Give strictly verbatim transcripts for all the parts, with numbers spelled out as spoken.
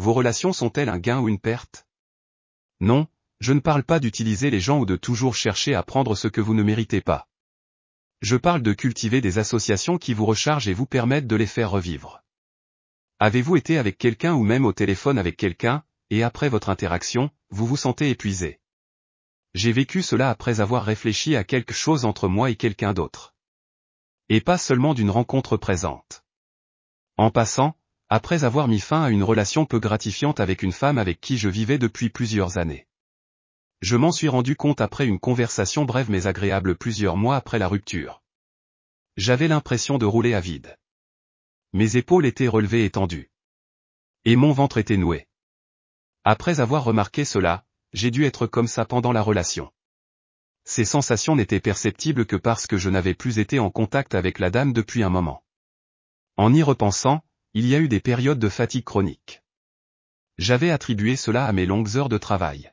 Vos relations sont-elles un gain ou une perte? Non, je ne parle pas d'utiliser les gens ou de toujours chercher à prendre ce que vous ne méritez pas. Je parle de cultiver des associations qui vous rechargent et vous permettent de les faire revivre. Avez-vous été avec quelqu'un ou même au téléphone avec quelqu'un, et après votre interaction, vous vous sentez épuisé? J'ai vécu cela après avoir réfléchi à quelque chose entre moi et quelqu'un d'autre. Et pas seulement d'une rencontre présente. En passant, après avoir mis fin à une relation peu gratifiante avec une femme avec qui je vivais depuis plusieurs années. Je m'en suis rendu compte après une conversation brève mais agréable plusieurs mois après la rupture. J'avais l'impression de rouler à vide. Mes épaules étaient relevées et tendues. Et mon ventre était noué. Après avoir remarqué cela, j'ai dû être comme ça pendant la relation. Ces sensations n'étaient perceptibles que parce que je n'avais plus été en contact avec la dame depuis un moment. En y repensant, il y a eu des périodes de fatigue chronique. J'avais attribué cela à mes longues heures de travail.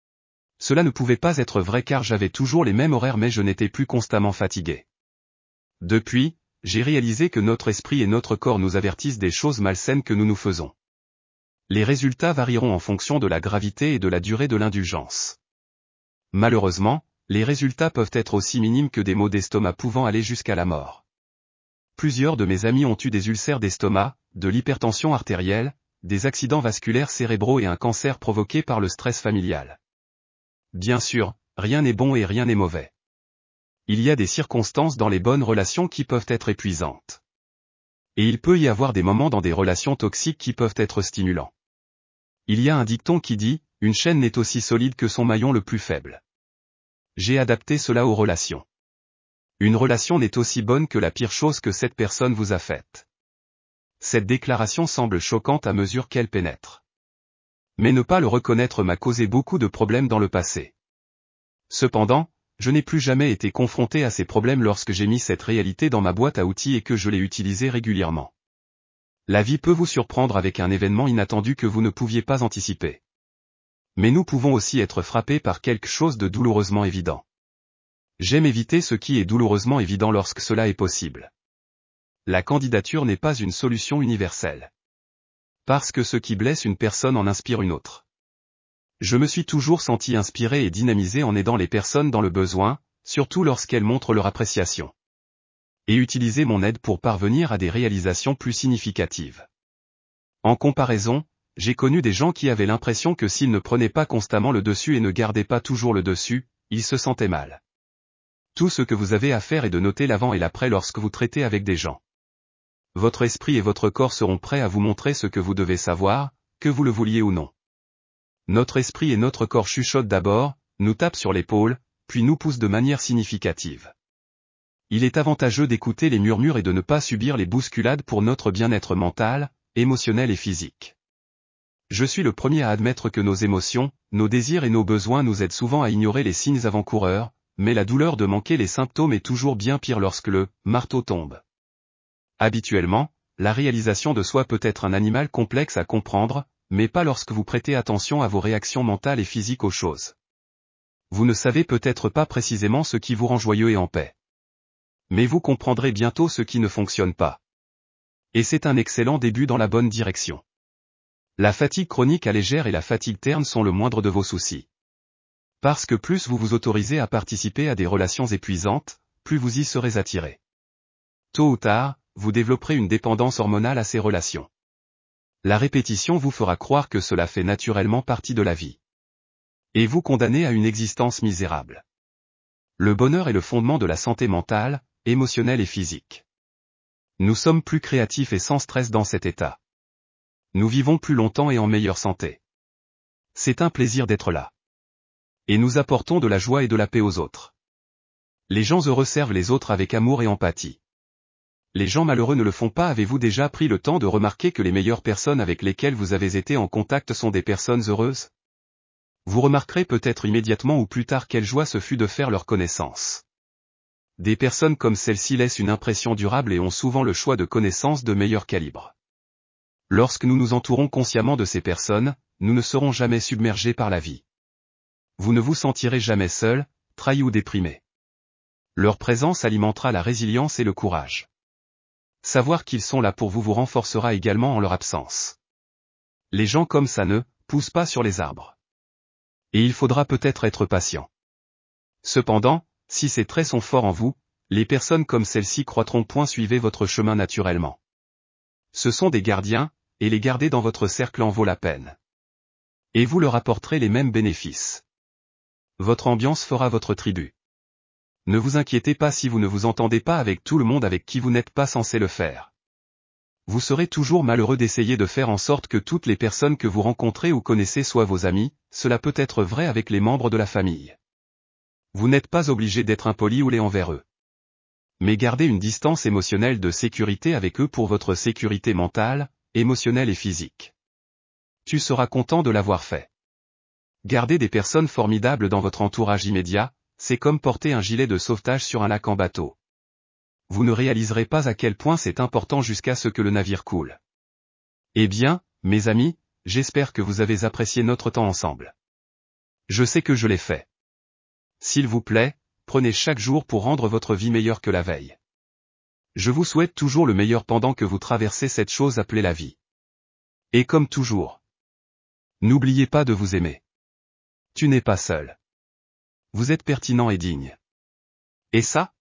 Cela ne pouvait pas être vrai car j'avais toujours les mêmes horaires mais je n'étais plus constamment fatigué. Depuis, j'ai réalisé que notre esprit et notre corps nous avertissent des choses malsaines que nous nous faisons. Les résultats varieront en fonction de la gravité et de la durée de l'indulgence. Malheureusement, les résultats peuvent être aussi minimes que des maux d'estomac pouvant aller jusqu'à la mort. Plusieurs de mes amis ont eu des ulcères d'estomac, de l'hypertension artérielle, des accidents vasculaires cérébraux et un cancer provoqué par le stress familial. Bien sûr, rien n'est bon et rien n'est mauvais. Il y a des circonstances dans les bonnes relations qui peuvent être épuisantes. Et il peut y avoir des moments dans des relations toxiques qui peuvent être stimulants. Il y a un dicton qui dit, une chaîne n'est aussi solide que son maillon le plus faible. J'ai adapté cela aux relations. Une relation n'est aussi bonne que la pire chose que cette personne vous a faite. Cette déclaration semble choquante à mesure qu'elle pénètre. Mais ne pas le reconnaître m'a causé beaucoup de problèmes dans le passé. Cependant, je n'ai plus jamais été confronté à ces problèmes lorsque j'ai mis cette réalité dans ma boîte à outils et que je l'ai utilisée régulièrement. La vie peut vous surprendre avec un événement inattendu que vous ne pouviez pas anticiper. Mais nous pouvons aussi être frappés par quelque chose de douloureusement évident. J'aime éviter ce qui est douloureusement évident lorsque cela est possible. La candidature n'est pas une solution universelle. Parce que ce qui blesse une personne en inspire une autre. Je me suis toujours senti inspiré et dynamisé en aidant les personnes dans le besoin, surtout lorsqu'elles montrent leur appréciation. Et utiliser mon aide pour parvenir à des réalisations plus significatives. En comparaison, j'ai connu des gens qui avaient l'impression que s'ils ne prenaient pas constamment le dessus et ne gardaient pas toujours le dessus, ils se sentaient mal. Tout ce que vous avez à faire est de noter l'avant et l'après lorsque vous traitez avec des gens. Votre esprit et votre corps seront prêts à vous montrer ce que vous devez savoir, que vous le vouliez ou non. Notre esprit et notre corps chuchotent d'abord, nous tapent sur l'épaule, puis nous poussent de manière significative. Il est avantageux d'écouter les murmures et de ne pas subir les bousculades pour notre bien-être mental, émotionnel et physique. Je suis le premier à admettre que nos émotions, nos désirs et nos besoins nous aident souvent à ignorer les signes avant-coureurs, mais la douleur de manquer les symptômes est toujours bien pire lorsque le marteau tombe. Habituellement, la réalisation de soi peut être un animal complexe à comprendre, mais pas lorsque vous prêtez attention à vos réactions mentales et physiques aux choses. Vous ne savez peut-être pas précisément ce qui vous rend joyeux et en paix. Mais vous comprendrez bientôt ce qui ne fonctionne pas. Et c'est un excellent début dans la bonne direction. La fatigue chronique allégère et la fatigue terne sont le moindre de vos soucis. Parce que plus vous vous autorisez à participer à des relations épuisantes, plus vous y serez attiré. Tôt ou tard, vous développerez une dépendance hormonale à ces relations. La répétition vous fera croire que cela fait naturellement partie de la vie. Et vous condamnez à une existence misérable. Le bonheur est le fondement de la santé mentale, émotionnelle et physique. Nous sommes plus créatifs et sans stress dans cet état. Nous vivons plus longtemps et en meilleure santé. C'est un plaisir d'être là. Et nous apportons de la joie et de la paix aux autres. Les gens heureux servent les autres avec amour et empathie. Les gens malheureux ne le font pas. Avez-vous déjà pris le temps de remarquer que les meilleures personnes avec lesquelles vous avez été en contact sont des personnes heureuses? Vous remarquerez peut-être immédiatement ou plus tard quelle joie ce fut de faire leur connaissance. Des personnes comme celle-ci laissent une impression durable et ont souvent le choix de connaissances de meilleur calibre. Lorsque nous nous entourons consciemment de ces personnes, nous ne serons jamais submergés par la vie. Vous ne vous sentirez jamais seul, trahi ou déprimé. Leur présence alimentera la résilience et le courage. Savoir qu'ils sont là pour vous vous renforcera également en leur absence. Les gens comme ça ne poussent pas sur les arbres. Et il faudra peut-être être patient. Cependant, si ces traits sont forts en vous, les personnes comme celle-ci croîtront point. Suivez votre chemin naturellement. Ce sont des gardiens, et les garder dans votre cercle en vaut la peine. Et vous leur apporterez les mêmes bénéfices. Votre ambiance fera votre tribu. Ne vous inquiétez pas si vous ne vous entendez pas avec tout le monde avec qui vous n'êtes pas censé le faire. Vous serez toujours malheureux d'essayer de faire en sorte que toutes les personnes que vous rencontrez ou connaissez soient vos amis, cela peut être vrai avec les membres de la famille. Vous n'êtes pas obligé d'être impoli ou laid envers eux. Mais gardez une distance émotionnelle de sécurité avec eux pour votre sécurité mentale, émotionnelle et physique. Tu seras content de l'avoir fait. Garder des personnes formidables dans votre entourage immédiat, c'est comme porter un gilet de sauvetage sur un lac en bateau. Vous ne réaliserez pas à quel point c'est important jusqu'à ce que le navire coule. Eh bien, mes amis, j'espère que vous avez apprécié notre temps ensemble. Je sais que je l'ai fait. S'il vous plaît, prenez chaque jour pour rendre votre vie meilleure que la veille. Je vous souhaite toujours le meilleur pendant que vous traversez cette chose appelée la vie. Et comme toujours, n'oubliez pas de vous aimer. Tu n'es pas seul. Vous êtes pertinent et digne. Et ça,